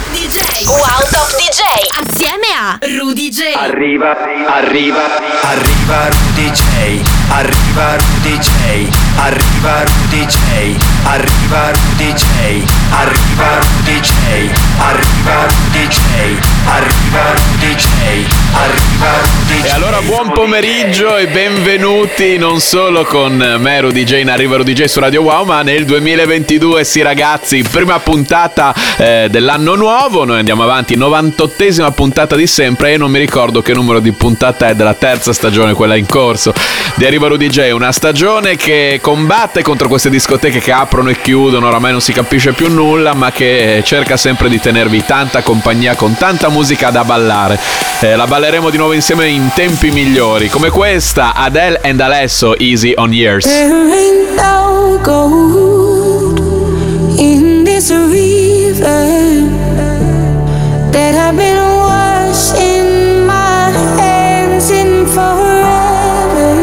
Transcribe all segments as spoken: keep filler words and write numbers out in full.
Top D J. Wow Top D J. Assieme a Rudy J. Arriva, arriva, arriva Rudy J. Arriva Rudy J. Arriva Rudy J. Arriva Rudy J. Arriva Rudy J. Arriva Rudy J. Arriva Rudy J. Arriva Rudy J. E allora buon pomeriggio e benvenuti non solo con me Rudy J in Arriva Rudy J su Radio Wow, ma nel duemilaventidue. Sì ragazzi, prima puntata eh, dell'anno nuovo. Noi andiamo avanti, novantottesima puntata di sempre. E non mi ricordo che numero di puntata è della terza stagione, quella in corso di Arriva Rudy J. Una stagione che combatte contro queste discoteche che aprono e chiudono, oramai non si capisce più nulla, ma che cerca sempre di tenervi tanta compagnia con tanta musica da ballare. eh, La balleremo di nuovo insieme in tempi migliori, come questa, Adele and Alesso, Easy on Years. There ain't no gold in this river that I've been washing my hands in forever.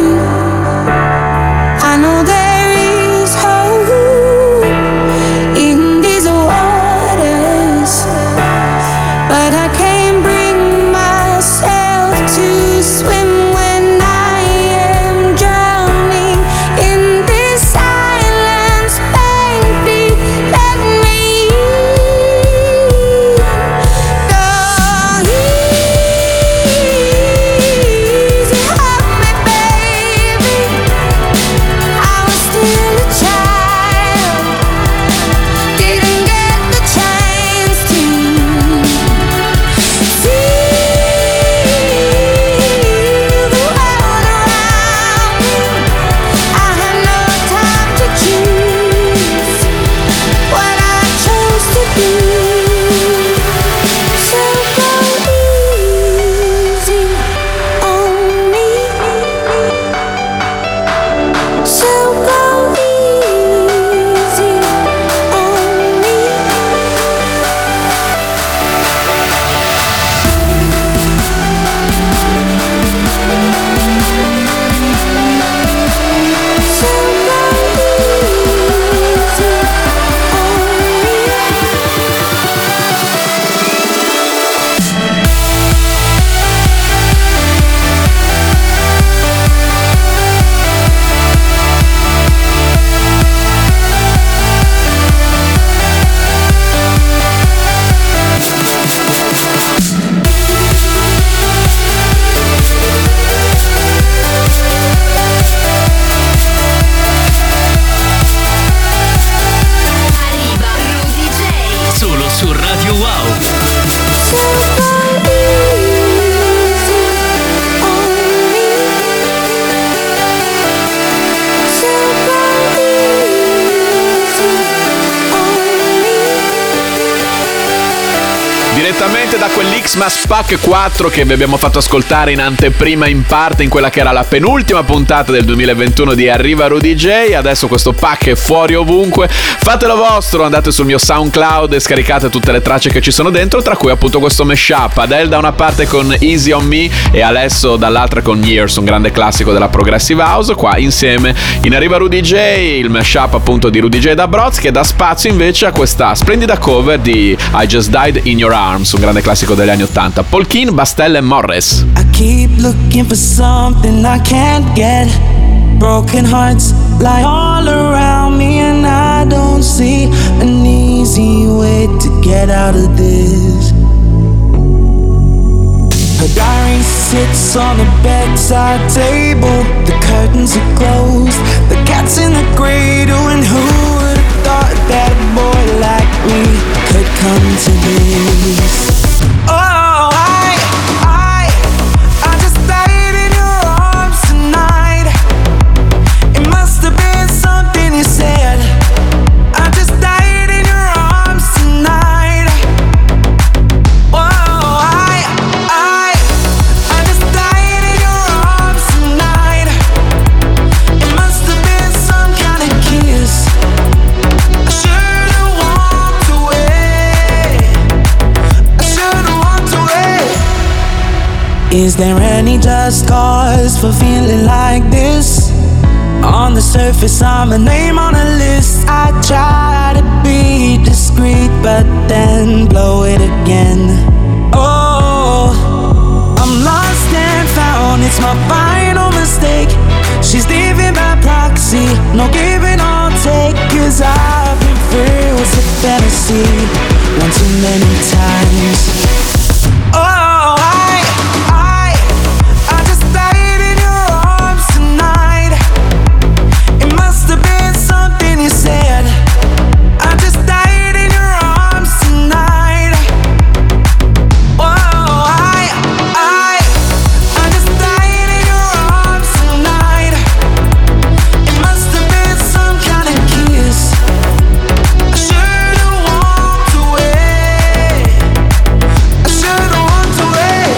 I know there is hope in these waters, but I can't bring myself to swim when I am drowning in this silence. Baby, let me go easy on me, baby. I was still a child, didn't get the chance to feel the world around me. I had no time to choose what I chose to do. So go easy on me. So go easy on me. So go easy Arriva Rudy J. Solo su Radio Wow. So go easy on me. So go easy on me. Direttamente da quell'Xmas Pack quattro che vi abbiamo fatto ascoltare in anteprima in parte in quella che era la penultima puntata del duemilaventuno di Arriva Rudy J. Adesso questo pack è fuori ovunque. Fatelo vostro, andate sul mio SoundCloud e scaricate tutte le tracce che ci sono dentro, tra cui appunto questo mashup. Adele da una parte con Easy on Me e Alesso dall'altra con Years, un grande classico della Progressive House. Qua insieme in Arriva Rudy J, il mashup appunto di Rudy J da Broz, che dà spazio invece a questa splendida cover di I Just Died in Your Arms, un grande classico degli anni ottanta. Paul Keane, Bastelle e Morris. I keep looking for something I can't get. Broken hearts lie all around me, and I don't see an easy way to get out of this. Her diary sits on the bedside table. The curtains are closed, the cat's in the cradle. And who would have thought that a boy like me could come to this? Oh, I, I, I just died in your arms tonight. It must have been something you said. I just died in your arms tonight. Whoa, I, I, I just died in your arms tonight. It must have been some kind of kiss. I should've walked away. I should've walked away. Is there any just cause for feeling like this? On the surface, I'm a name on a list. I try to be discreet, but then blow it it's my final mistake. She's leaving by proxy, no giving or take. Cause I've been filled with fantasy one too many times. Oh, I, I, I just died in your arms tonight. It must have been something you said. I just died in your arms tonight. Oh, I, I, I just died in your arms tonight. It must have been some kind of kiss. I should've walked away. I should've walked away.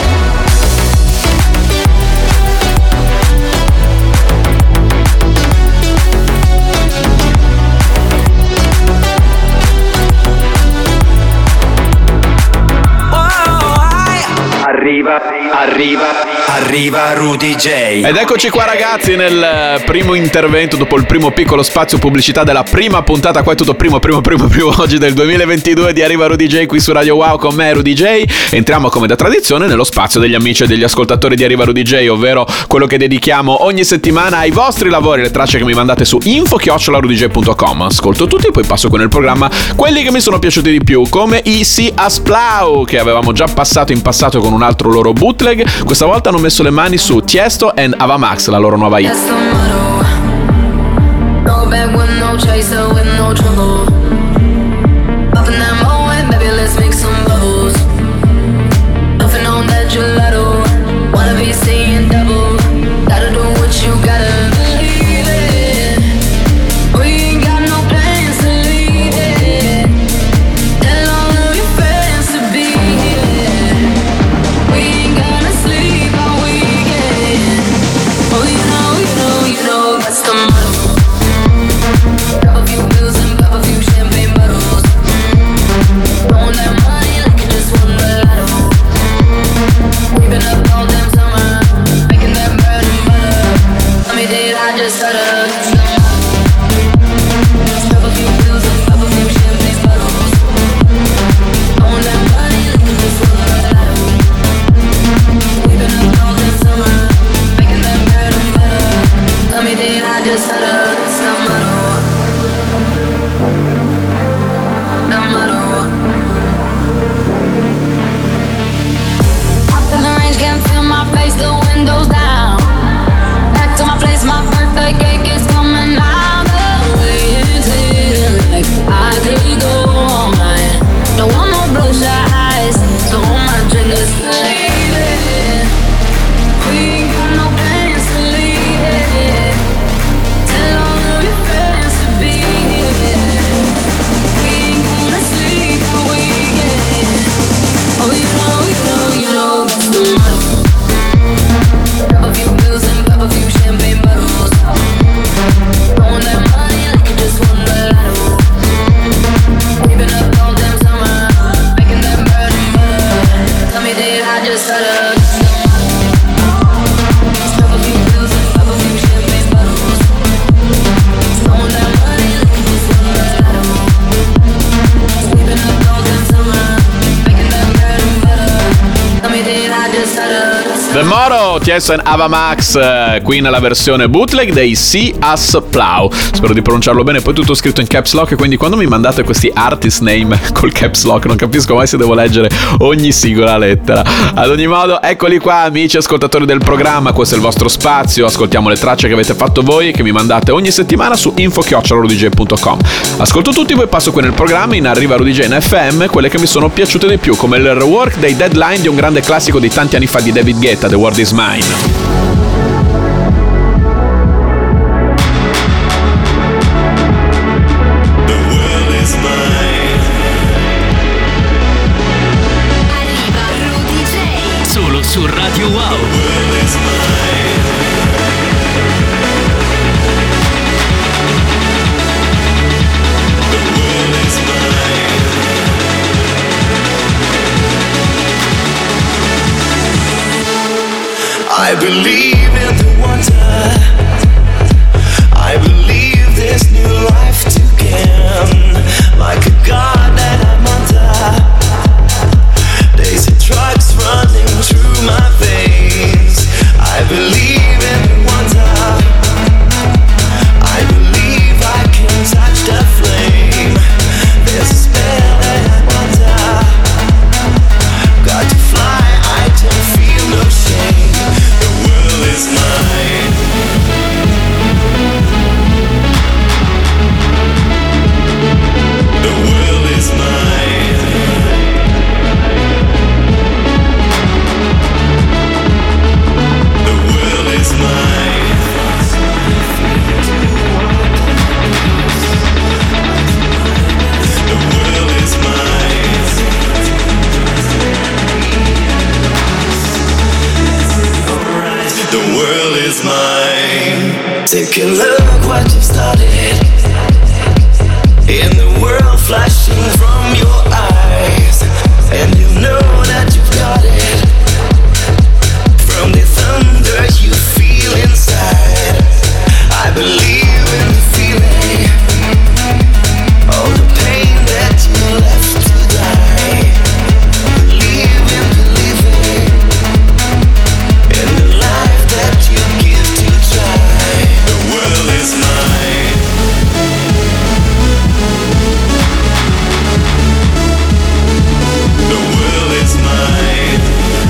Oh, I, Arriva, arriva, arriva Rudy J. Ed eccoci qua ragazzi nel primo intervento dopo il primo piccolo spazio pubblicità della prima puntata. Qua è tutto primo, primo, primo, primo oggi del duemilaventidue di Arriva Rudy J qui su Radio Wow con me Rudy J. Entriamo come da tradizione nello spazio degli amici e degli ascoltatori di Arriva Rudy J, ovvero quello che dedichiamo ogni settimana ai vostri lavori, le tracce che mi mandate su info chiocciola rudy j punto com. Ascolto tutti e poi passo qui nel programma quelli che mi sono piaciuti di più, come i See Us Plow, che avevamo già passato in passato con un altro loro bootleg. Questa volta hanno messo le mani su Tiesto and Ava Max, la loro nuova hit. That's the motto. No bad with no chaser, with no trouble. Popping that moment, baby, let's make some bubbles. Puffing on that gelato. Wanna be seeing double. Gotta do what you gotta believe it. We ain't got no plans to leave it. Tell all of your friends to be here. We ain't gonna sleep all weekend. Oh, you know, you know, you know, that's the motto. Grab a few pills and pop a few champagne bottles. Throwing that money like you just won the lotto. We've been up all damn summer, making that bread and butter. Tell me, did I just stutter? Grab a few pills and pop a few champagne bottles. Throwing that money like you just won the lotto. We've been up all damn summer, making that bread and butter. Tell me, did I just stutter? It's the motto. The motto. Up in the range, can't feel my face, the windows down. Back to my place, my birthday cake is coming out the way it's here. Like I could go all night. Don't want no bloodshot eyes, so hold my drink, let's leave it. We ain't got no plans to leave it. Tell all of your friends to be here. We ain't gonna sleep all weekend. Oh, you know, you know, you know, that's the motto. Grab a few pills and pop a few champagne bottles. Throwing that money like you just won the lotto. We've been up all damn summer, making that bread and butter. Tell me, did I just stutter? Grab a few pills and pop a few champagne bottles. Throwing that money like you just won the lotto. We've been up all damn summer, making that bread and butter. Tell me, did I just stutter? The Moro, Tiesto and Ava Max, eh, qui nella versione bootleg dei See Us Plow. Spero di pronunciarlo bene, poi tutto scritto in caps lock, quindi quando mi mandate questi artist name col caps lock non capisco mai se devo leggere ogni singola lettera. Ad ogni modo, eccoli qua amici ascoltatori del programma, questo è il vostro spazio, ascoltiamo le tracce che avete fatto voi e che mi mandate ogni settimana su info chiocciola rudy j punto com. Ascolto tutti, poi passo qui nel programma in Arriva Rudy J in F M, quelle che mi sono piaciute di più, come il rework dei Deadline di un grande classico di tanti anni fa di David Guetta, The World Is Mine. Arriva Rudy J. Solo su Radio Wow. I believe in the wonder. I believe there's new life to gain. Like a god that I'm under. Days and drugs running through my veins. I believe The world is mine. Take a look what you've started. In the world flashing from your eyes, and you know that you've got it. From the thunder you feel inside, I believe in the feeling. All the pain that you left to die, believe in believing in the life that you give to try. The world is mine. The world is mine.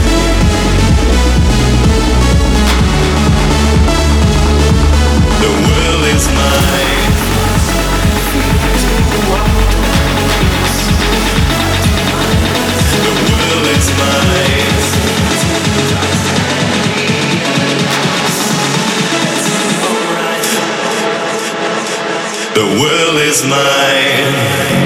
The world is mine. The world is mine. The world is mine.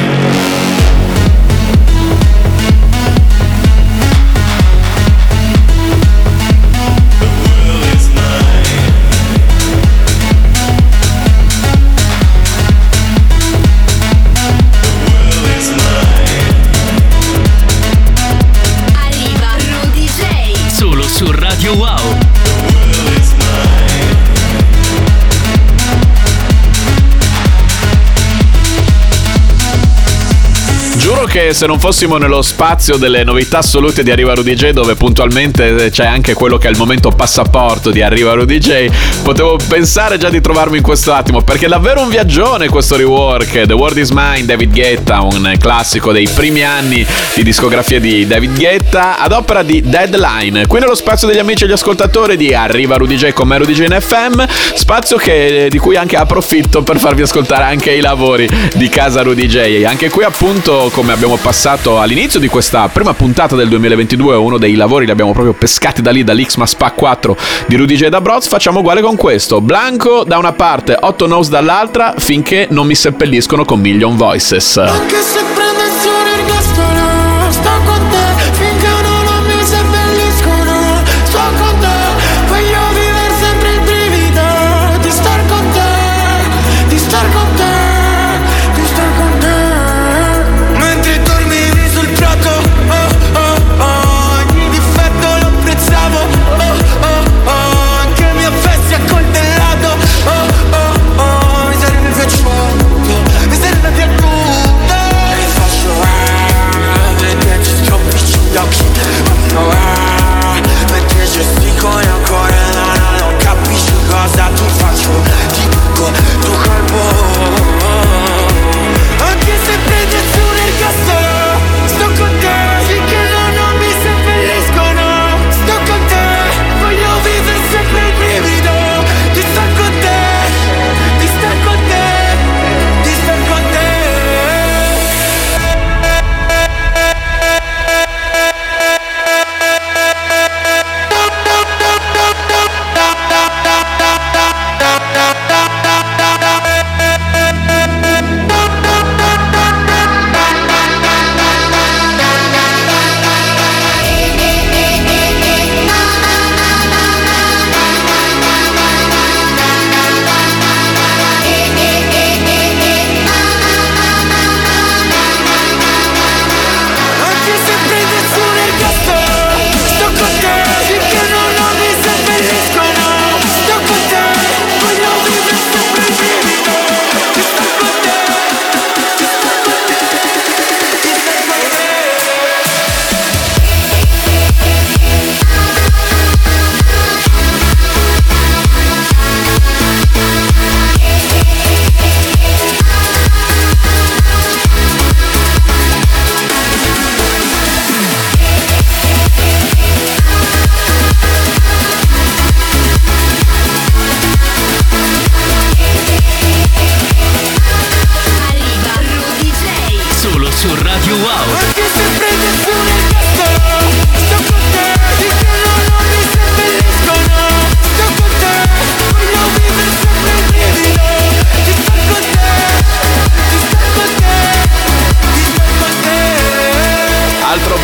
Arriva Rudy J. Solo su Radio Wow. Giuro che se non fossimo nello spazio delle novità assolute di Arriva Rudy J, dove puntualmente c'è anche quello che è il momento passaporto di Arriva Rudy J, potevo pensare già di trovarmi in questo attimo, perché è davvero un viaggione questo rework. The World Is Mine, David Guetta, un classico dei primi anni di discografia di David Guetta, ad opera di Deadline. Qui nello spazio degli amici e gli ascoltatori di Arriva Rudy J con me Rudy J in F M, spazio che, di cui anche approfitto per farvi ascoltare anche i lavori di casa Rudy J. Anche qui appunto, come abbiamo passato all'inizio di questa prima puntata del duemilaventidue, uno dei lavori li abbiamo proprio pescati da lì, dall'X-Mas Pack quattro di Rudy J da Broz, facciamo uguale con questo. Blanco da una parte, Otto Nose dall'altra, finché non mi seppelliscono con Million Voices. Anche se prendessi un ergastolo, sto con te, finché non mi seppelliscono, sto con te, voglio vivere sempre il brivido, di star con te, di star con te, di star con te. Mentre dormivi sul prato, oh oh oh, ogni difetto lo apprezzavo, oh oh oh, anche il mio fessi accoltellato, oh oh oh, mi serve piaciuto, mi serve piaciuto.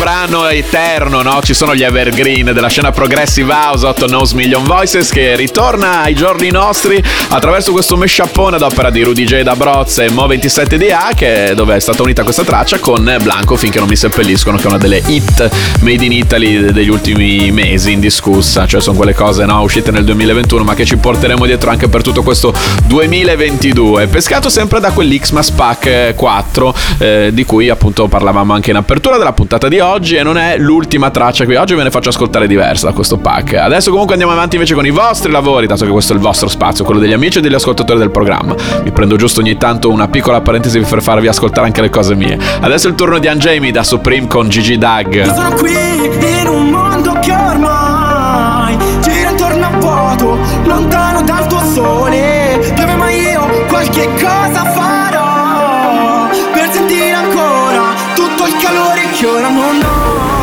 brano eterno, no? Ci sono gli evergreen della scena progressive house, otto Knows Million Voices, che ritorna ai giorni nostri attraverso questo mashupone ad opera di Rudy J da Broz e Mo ventisette D A, che dove è stata unita questa traccia con Blanco Finché non mi seppelliscono, che è una delle hit made in Italy degli ultimi mesi, indiscussa. Cioè sono quelle cose, no, uscite nel duemilaventuno ma che ci porteremo dietro anche per tutto questo duemilaventidue, pescato sempre da quell'Xmas Pack quattro eh, di cui appunto parlavamo anche in apertura della puntata di oggi, e non è l'ultima traccia qui oggi, ve ne faccio ascoltare diversa da questo pack. Adesso comunque andiamo avanti invece con i vostri lavori, dato che questo è il vostro spazio, quello degli amici e degli ascoltatori del programma. Mi prendo giusto ogni tanto una piccola parentesi per farvi ascoltare anche le cose mie. Adesso è il turno di Angemi da Supreme con Gigi Dag. Sono qui in un mondo che ormai gira intorno a vuoto, lontano dal tuo sole, dove mai io qualche cosa farò per sentire ancora tutto il calore che ora non ho.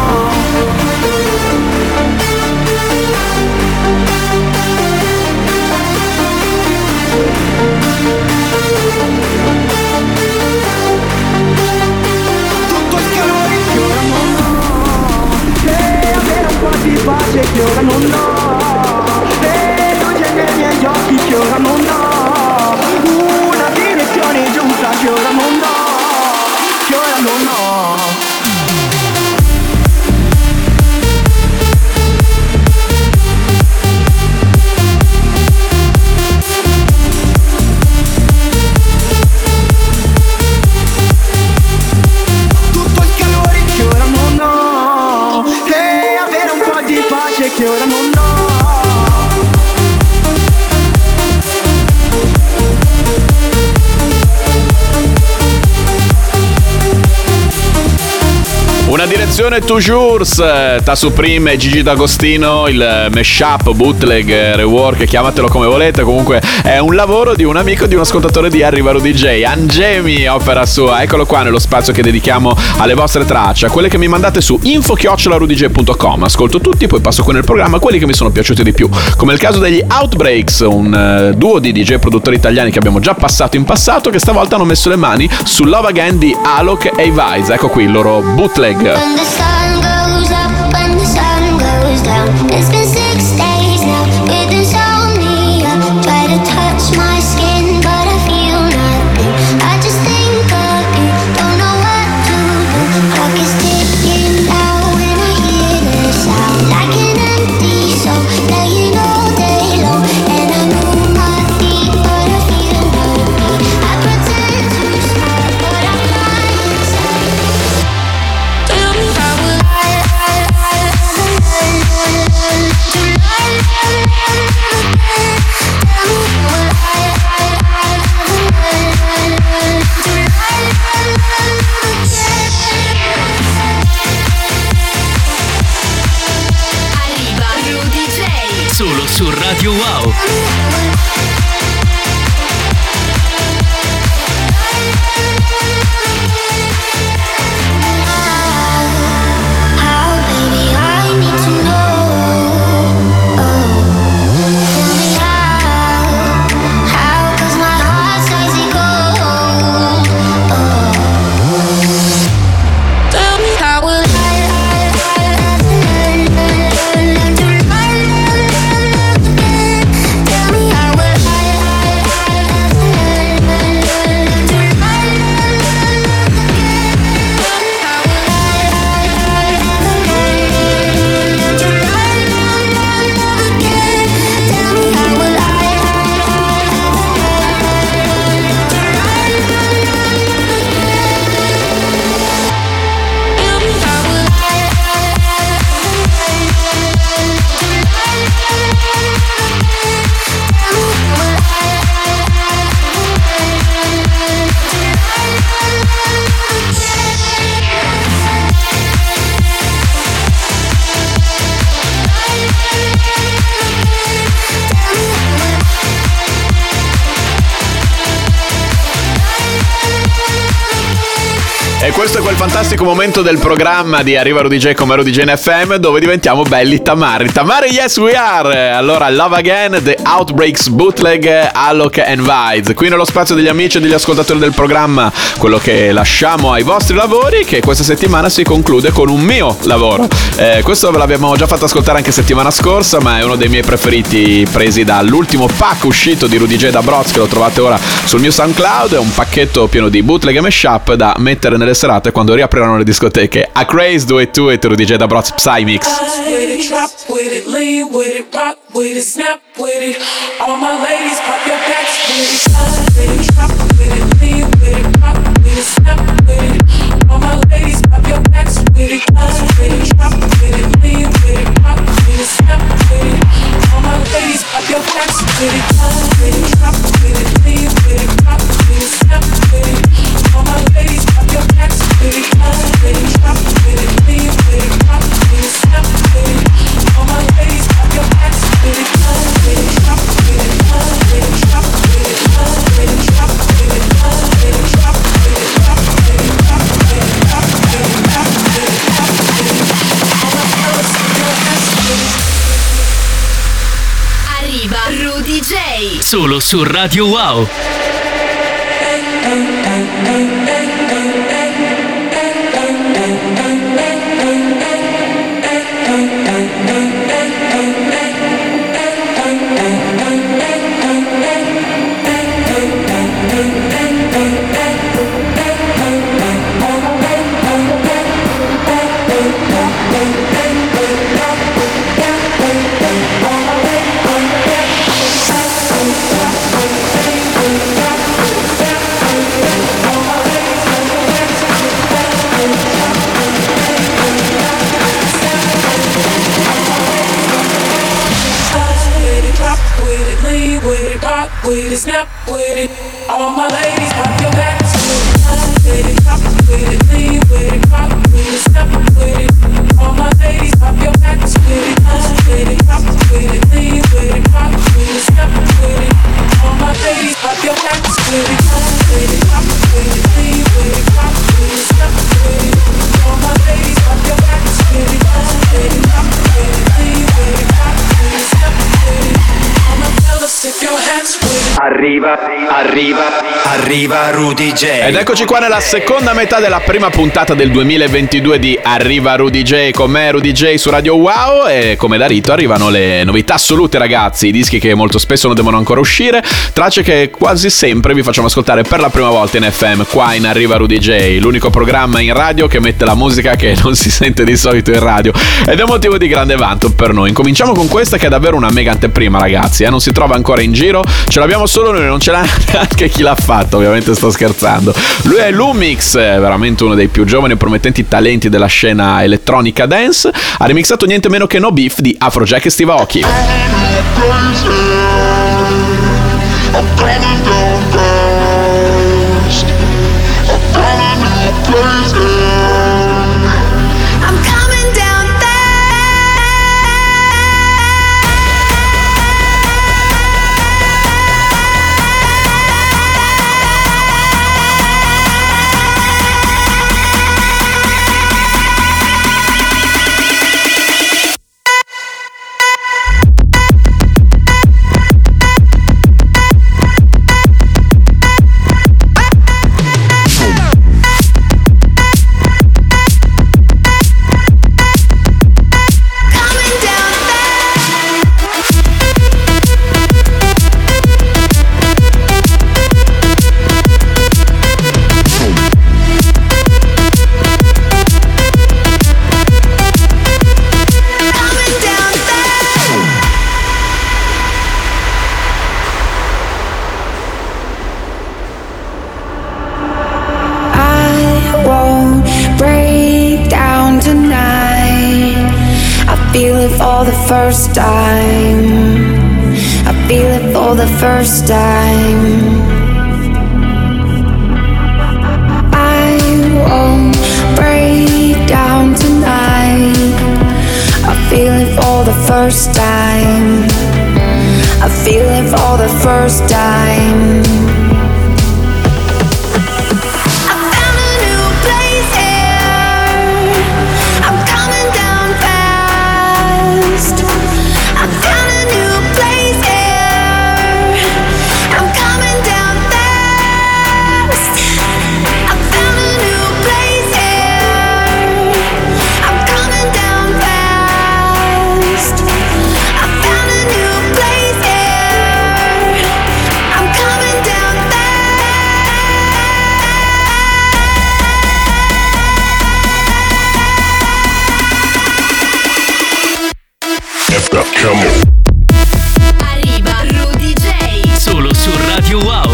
Pace che ora non ho, e luce nei miei occhi che ora non ho, una direzione giusta che ora non ho, che ora non ho. Che ora non ho. Una direzione toujours, ta Supreme e Gigi D'Agostino, il mashup, bootleg, rework, chiamatelo come volete, comunque è un lavoro di un amico, di un ascoltatore di Arriva Rudy J, Angemi, opera sua. Eccolo qua nello spazio che dedichiamo alle vostre tracce, a quelle che mi mandate su info chiocciola rudy j punto com. Ascolto tutti, poi passo qui nel programma quelli che mi sono piaciuti di più, come il caso degli Outbreaks, un uh, duo di D J produttori italiani che abbiamo già passato in passato, che stavolta hanno messo le mani su Love Again di Alok e Vise. Ecco qui il loro bootleg. When the sun goes up, when the sun goes down, it's been six days now with insomnia. Try to touch my skin, but I feel nothing. I just think of you, don't know what to do. Clock is ticking now when I hear the sound, like an empty soul, laying all day long. And I move my feet, but I feel nothing. I pretend to smile, but I'm lying inside. Tell me how will I, I, I, to lie, lie, lie, lie. Tell me how will I, I, I, to lie, lie, Arriva Rudy J. Solo su Radio Wow. How, baby, I need to know. Tell me how, how, 'cause my heart says it goes. Tell me how will I, I, I, learn to lie, again. Tell me how will I, I, I, learn to lie, again. How will Tell me how will I Tell me how Questo è quel fantastico momento del programma di Arriva Rudy J come Rudy J in F M, dove diventiamo belli tamari. Tamari, yes we are! Allora, Love Again, The Outbreaks Bootleg, Alok and Vibes. Qui nello spazio degli amici e degli ascoltatori del programma, quello che lasciamo ai vostri lavori, che questa settimana si conclude con un mio lavoro. Eh, questo ve l'abbiamo già fatto ascoltare anche settimana scorsa, ma è uno dei miei preferiti, presi dall'ultimo pack uscito di Rudy J da Broz, che lo trovate ora sul mio SoundCloud. È un pacchetto pieno di bootleg e mashup da mettere nelle serate quando riapriranno le discoteche. A Craze, Do It To It, Rudy J da Broz Psy Mix. Drop with it, lean with it, rock with it, snap with it. All my ladies, pop your backs with it. Drop with it, lean with it, rock with it, snap with it. All my ladies, pop your backs with it. Drop with it, lean with it, rock with it, snap with it. All my ladies, pop your backs with it. Drop with it, lean with it, rock with it, snap with it. All my ladies, pop your backs with it. Drop with it, lean with it, rock with it, snap with it. All my ladies, pop your backs with it. Drop with it, drop with it, drop with it, drop with it, drop with it, drop with it, drop with it, drop with it, drop with it, drop with it, drop with it, drop with it, drop with it. All my fellas, pop your backs with it. Arriva Rudy J. Solo su Radio Wow. With it, snap with it. All my ladies, pop your backs with it. Drop with it, lean with it, rock with it, snap with it. All my ladies, pop your backs with it. Drop with it, lean with it, rock with it, snap with it. All my ladies, pop your backs with it. Drop with it, lean with it, rock with it, snap with it. All my ladies, pop your backs with it. Drop with it, lean with it, rock with it, snap with it. All my fellas, tip your hands with it. Arriva, arriva, arriva Rudy J. Ed eccoci qua nella seconda metà della prima puntata del duemilaventidue di Arriva Rudy J con me, Rudy J su Radio Wow. E come da rito arrivano le novità assolute, ragazzi, i dischi che molto spesso non devono ancora uscire, tracce che quasi sempre vi facciamo ascoltare per la prima volta in F M qua in Arriva Rudy J, l'unico programma in radio che mette la musica che non si sente di solito in radio, ed è motivo di grande vanto per noi. Cominciamo con questa che è davvero una mega anteprima, ragazzi, eh? Non si trova ancora in giro, ce l'abbiamo solo noi, non ce l'ha neanche chi l'ha fatto, ovviamente sto scherzando. Lui è Lumix, veramente uno dei più giovani e promettenti talenti della scena elettronica dance. Ha remixato niente meno che No Beef di Afrojack e Steve Aoki. First time, I feel it for the first time. I won't break down tonight. I feel it for the first time. I feel it for the first time. I found a new place. Arriva Rudy J. Solo su Radio Wow.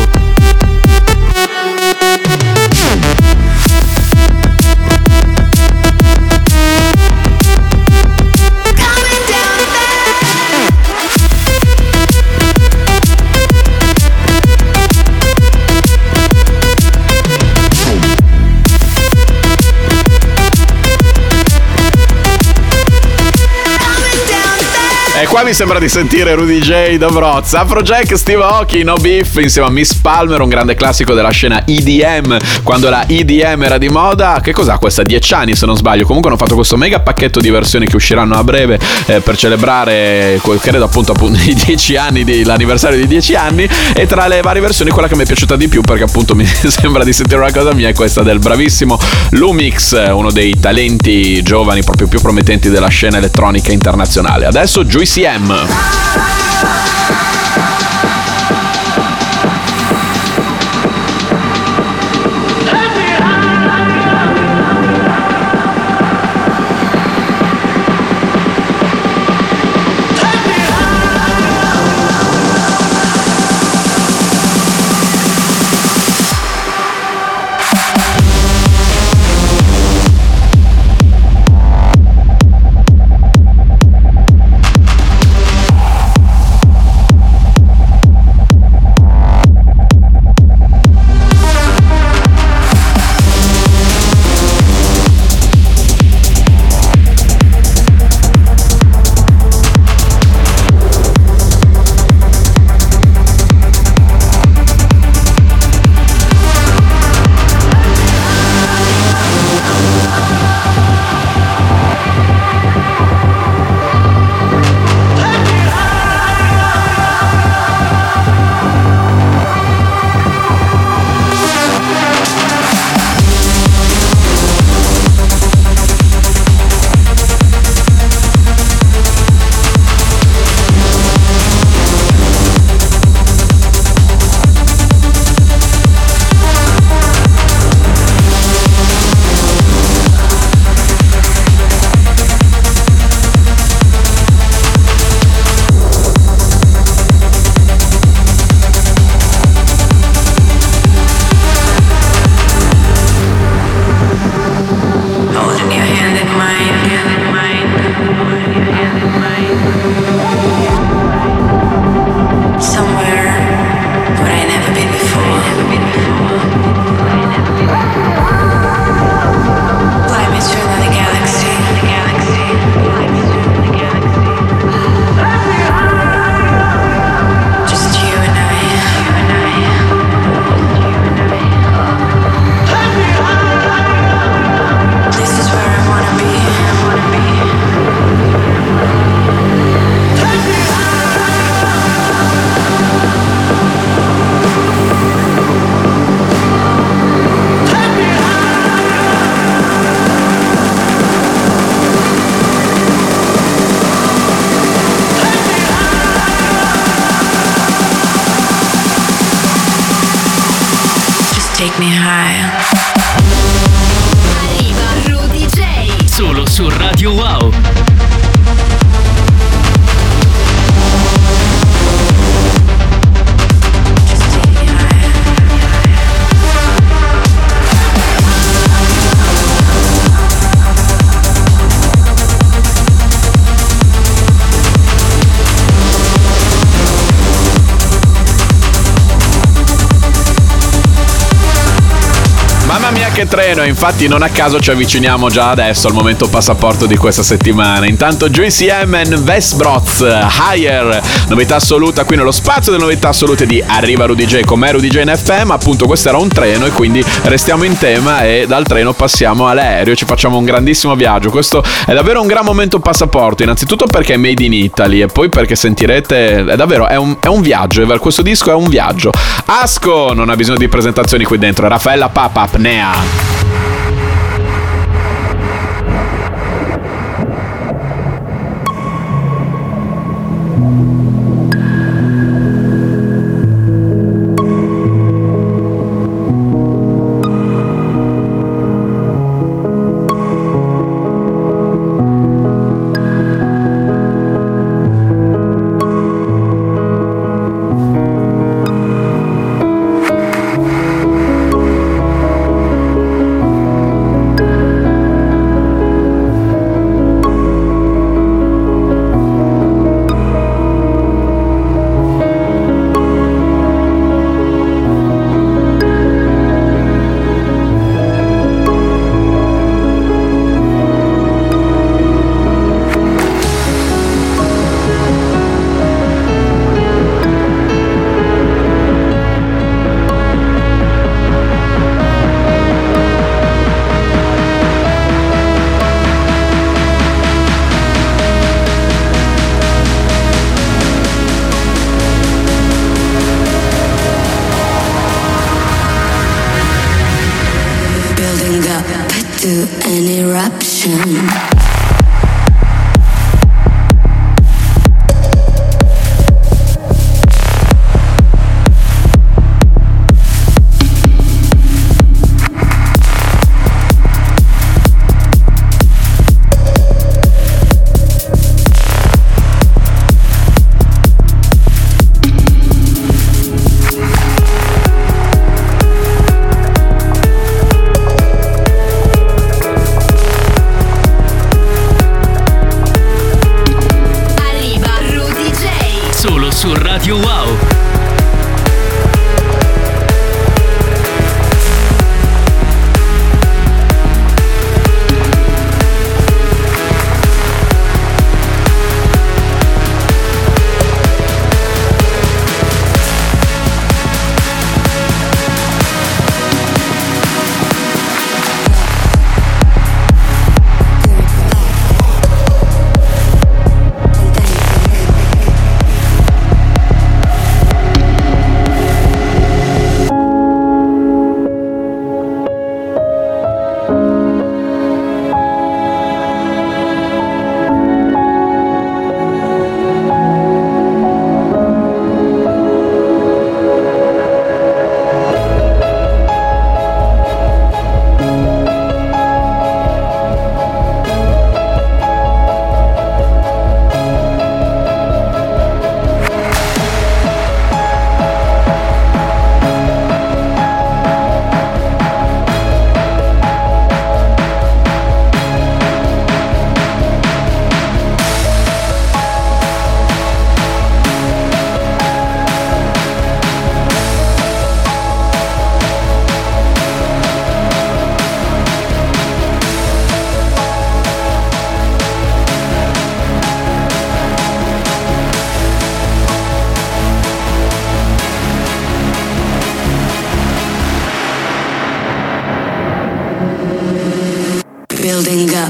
E qua mi sembra di sentire Rudy J, Dobrozz, Afrojack, Steve Aoki, No Beef insieme a Miss Palmer, un grande classico della scena E D M, quando la E D M era di moda. Che cos'ha questa? dieci anni se non sbaglio. Comunque hanno fatto questo mega pacchetto di versioni che usciranno a breve eh, per celebrare, credo appunto, appunto i dieci anni, di, l'anniversario di dieci anni. E tra le varie versioni quella che mi è piaciuta di più, perché appunto mi sembra di sentire una cosa mia, è questa del bravissimo Lumix, uno dei talenti giovani proprio più promettenti della scena elettronica internazionale. Adesso Juicy M. Take me high. Arriva Rudy J. Solo su Radio Wow. Mamma mia che treno, e infatti non a caso ci avviciniamo già adesso al momento passaporto di questa settimana. Intanto Juicy M and Dobrozz, Higher, novità assoluta qui nello spazio delle novità assolute di Arriva Rudy J con me Rudy J in F M. Appunto questo era un treno e quindi restiamo in tema e dal treno passiamo all'aereo, ci facciamo un grandissimo viaggio. Questo è davvero un gran momento passaporto, innanzitutto perché è made in Italy e poi perché sentirete, è davvero è un, è un viaggio, questo disco è un viaggio. Asco non ha bisogno di presentazioni qui dentro, Raffaella Papa Apnea. corruption. Su Radio Wow. Building up.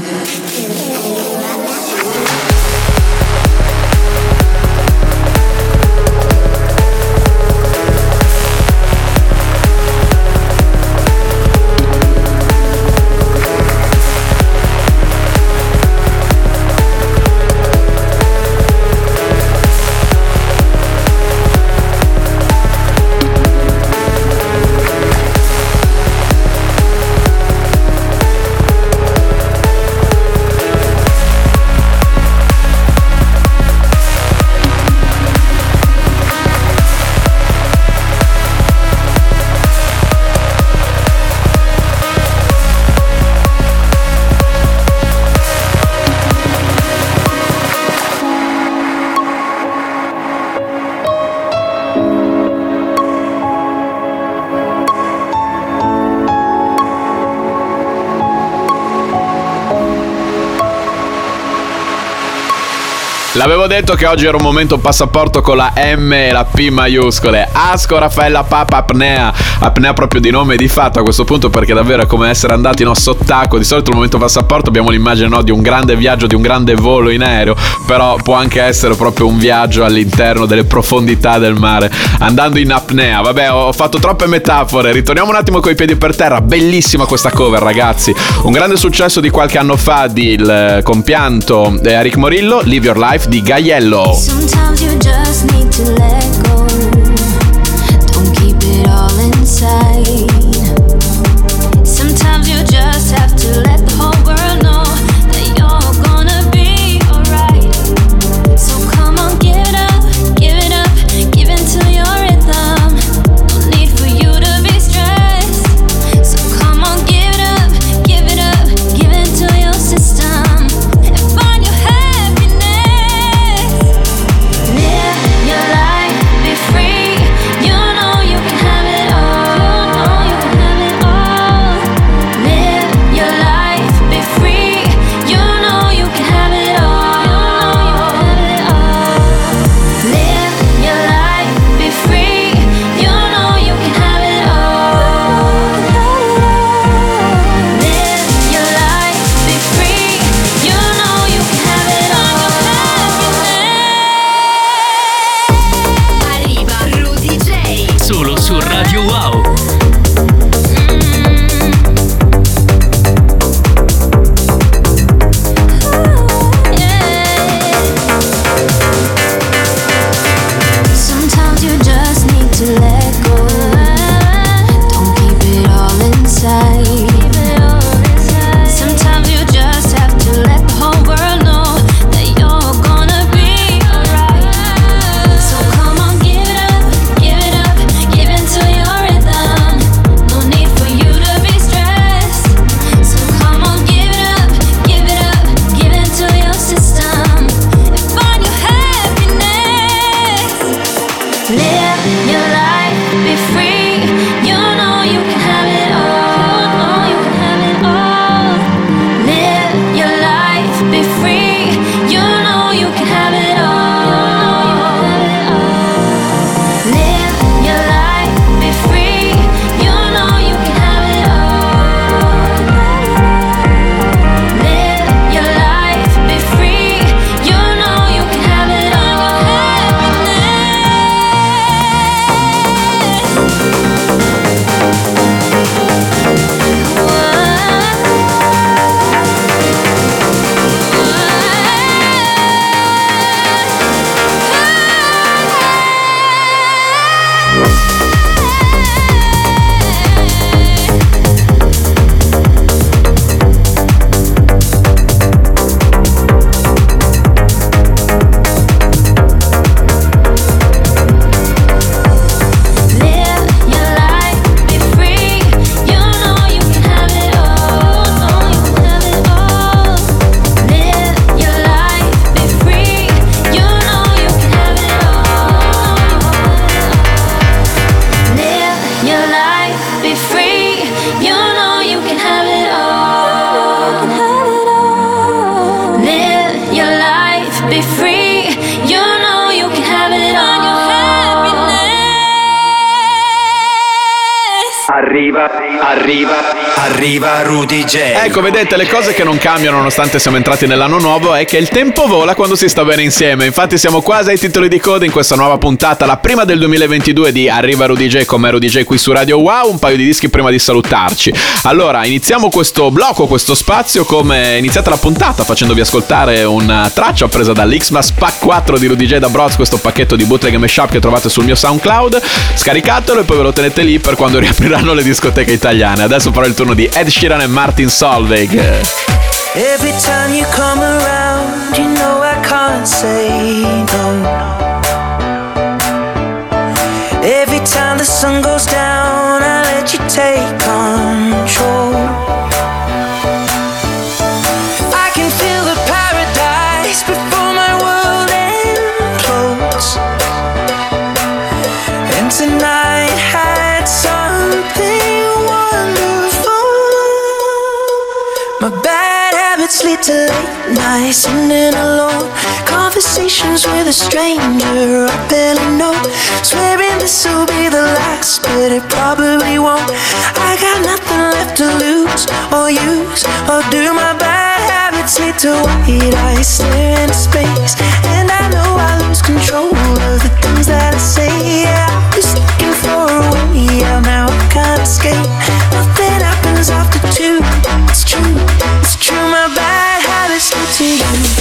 L'avevo detto che oggi era un momento passaporto con la M e la P maiuscole. Asco Raffaella Papa Apnea. Apnea proprio di nome e di fatto a questo punto, perché davvero è come essere andati no, sott'acqua. Di solito il momento passaporto abbiamo l'immagine no, di un grande viaggio, di un grande volo in aereo, però può anche essere proprio un viaggio all'interno delle profondità del mare, andando in apnea. Vabbè, ho fatto troppe metafore. Ritorniamo un attimo coi piedi per terra. Bellissima questa cover, ragazzi. Un grande successo di qualche anno fa del compianto eh, Eric Morillo, Live Your Life di Gaiello. Sometimes you just need to let go. Don't keep it all inside. Sometimes you just have to let the whole world know that you're gonna be alright. So come on, give it up, give it up, give into your rhythm. No need for you to be stressed. So come on, give it up, give it up, give into your system and find your happiness. Live your life, be free. You know you can have it all. You know you can have it all. Live your life, be free. Arriva, arriva, arriva Rudy J. Ecco, vedete, le cose che non cambiano nonostante siamo entrati nell'anno nuovo è che il tempo vola quando si sta bene insieme. Infatti siamo quasi ai titoli di coda in questa nuova puntata, la prima del duemilaventidue di Arriva Rudy J con me Rudy J qui su Radio Wow. Un paio di dischi prima di salutarci. Allora, iniziamo questo blocco, questo spazio come è iniziata la puntata, facendovi ascoltare una traccia presa dall'Xmas Pack quattro di Rudy J da Broz, questo pacchetto di bootleg e mashup che trovate sul mio SoundCloud. Scaricatelo e poi ve lo tenete lì per quando riapriranno le discoteche italiane. Adesso però è il turno di Ed Sheeran e Martin Solveig. Every time you come around, you know I can't say no. Every time the sun goes down, I let you take control. I can feel the paradise before my world implodes. And tonight had something wonderful. My bad habits lead to late nights, sitting alone. Conversations with a stranger I barely know. Swearing this will be the last, but it probably won't. I got nothing left to lose or use or do. My bad habits lead to white eyes stare into space, and I know I lose control of the things that I say. Yeah, I was looking for a way out, now I can't escape. Nothing happens after two. It's true, it's true. My bad habits lead to you.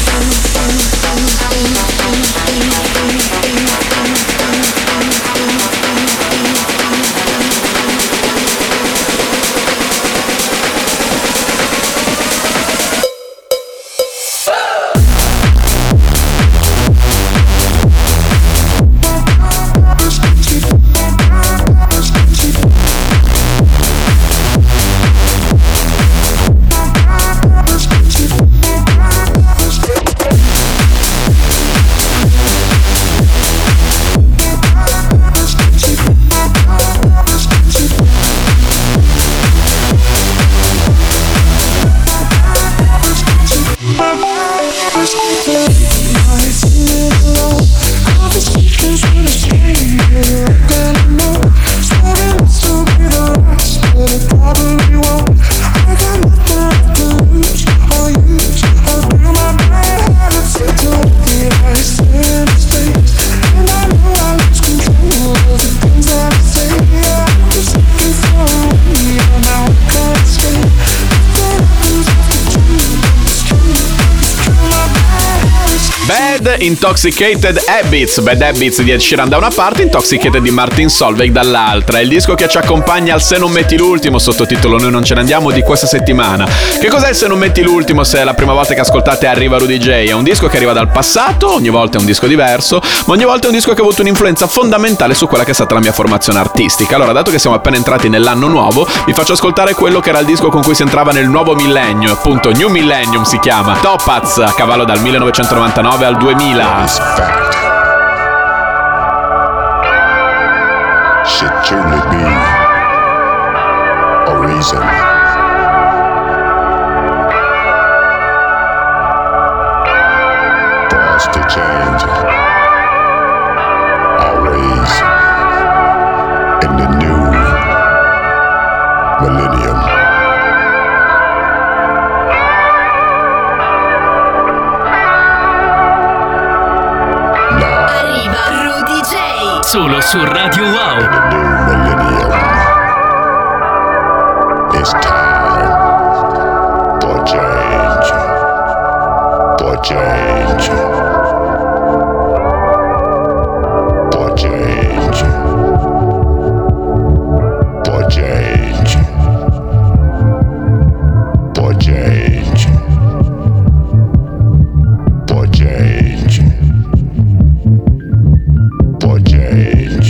Intoxicated Habits, Bad Habits di Ed Sheeran da una parte, Intoxicated di Martin Solveig dall'altra. È il disco che ci accompagna al Se non metti l'ultimo, sottotitolo Noi non ce ne andiamo, di questa settimana. Che cos'è il Se non metti l'ultimo se è la prima volta che ascoltate Arriva Rudy J? È un disco che arriva dal passato, ogni volta è un disco diverso, ma ogni volta è un disco che ha avuto un'influenza fondamentale su quella che è stata la mia formazione artistica. Allora, dato che siamo appena entrati nell'anno nuovo, vi faccio ascoltare quello che era il disco con cui si entrava nel nuovo millennio, appunto New Millennium si chiama, Topaz, a cavallo dal millenovecentonovantanove al duemila. Fact should truly be a reason for us to change our ways in the new millennium. Solo su Radio Wow. In the new millennium, it's time for change, for change, for change, for change, for change, for change. For change.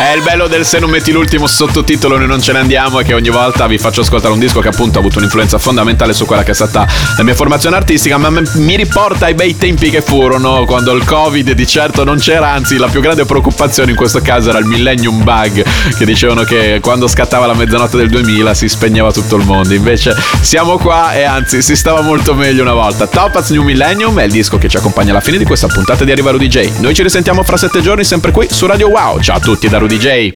È il bello del se non metti l'ultimo sottotitolo noi non ce ne andiamo, è che ogni volta vi faccio ascoltare un disco che appunto ha avuto un'influenza fondamentale su quella che è stata la mia formazione artistica, ma mi riporta ai bei tempi che furono, quando il Covid di certo non c'era, anzi la più grande preoccupazione in questo caso era il Millennium Bug, che dicevano che quando scattava la mezzanotte del duemila si spegneva tutto il mondo. Invece siamo qua e anzi si stava molto meglio una volta. Topaz New Millennium è il disco che ci accompagna alla fine di questa puntata di Arriva Rudy J. Noi ci risentiamo fra sette giorni sempre qui su Radio Wow. Ciao a tutti da Rudy J.